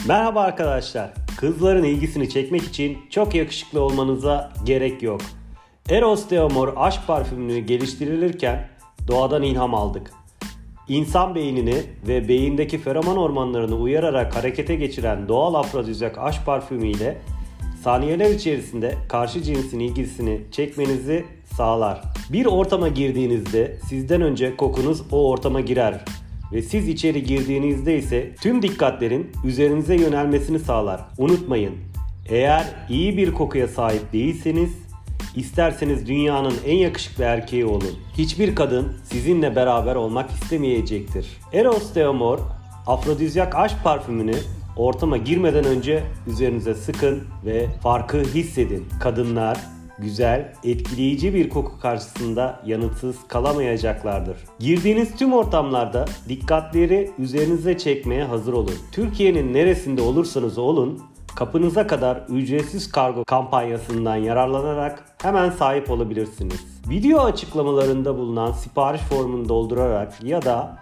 Merhaba arkadaşlar. Kızların ilgisini çekmek için çok yakışıklı olmanıza gerek yok. Eros de Amor aşk parfümünü geliştirilirken doğadan ilham aldık. İnsan beynini ve beyindeki feromon hormonlarını uyararak harekete geçiren doğal afrodizyak aşk parfümü ile saniyeler içerisinde karşı cinsin ilgisini çekmenizi sağlar. Bir ortama girdiğinizde sizden önce kokunuz o ortama girer ve siz içeri girdiğinizde ise tüm dikkatlerin üzerinize yönelmesini sağlar. Unutmayın, eğer iyi bir kokuya sahip değilseniz, isterseniz dünyanın en yakışıklı erkeği olun, hiçbir kadın sizinle beraber olmak istemeyecektir. Eros de Amor afrodizyak aşk parfümünü ortama girmeden önce üzerinize sıkın ve farkı hissedin. Kadınlar güzel, etkileyici bir koku karşısında yanıtsız kalamayacaklardır. Girdiğiniz tüm ortamlarda dikkatleri üzerinize çekmeye hazır olun. Türkiye'nin neresinde olursanız olun, kapınıza kadar ücretsiz kargo kampanyasından yararlanarak hemen sahip olabilirsiniz. Video açıklamalarında bulunan sipariş formunu doldurarak ya da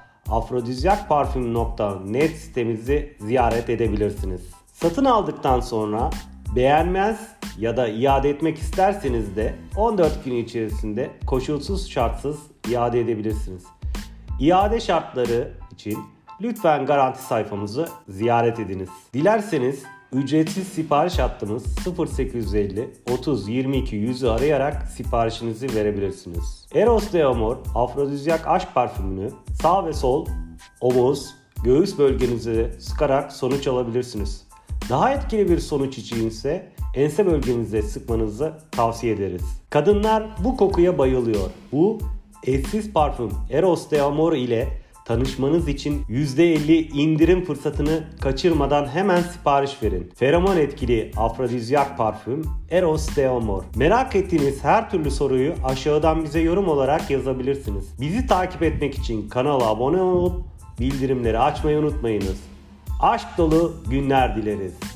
afrodizyakparfüm.net sitemizi ziyaret edebilirsiniz. Satın aldıktan sonra beğenmez ya da iade etmek isterseniz de 14 gün içerisinde koşulsuz şartsız iade edebilirsiniz. İade şartları için lütfen garanti sayfamızı ziyaret ediniz. Dilerseniz ücretsiz sipariş hattımız 0850 30 22 100'ü arayarak siparişinizi verebilirsiniz. Eros de Amor afrodizyak aşk parfümünü sağ ve sol, omuz, göğüs bölgenize sıkarak sonuç alabilirsiniz. Daha etkili bir sonuç için ise ense bölgenize sıkmanızı tavsiye ederiz. Kadınlar bu kokuya bayılıyor. Bu eşsiz parfüm Eros de Amor ile tanışmanız için %50 indirim fırsatını kaçırmadan hemen sipariş verin. Feromon etkili afrodizyak parfüm Eros de Amor. Merak ettiğiniz her türlü soruyu aşağıdan bize yorum olarak yazabilirsiniz. Bizi takip etmek için kanala abone olup bildirimleri açmayı unutmayınız. Aşk dolu günler dileriz.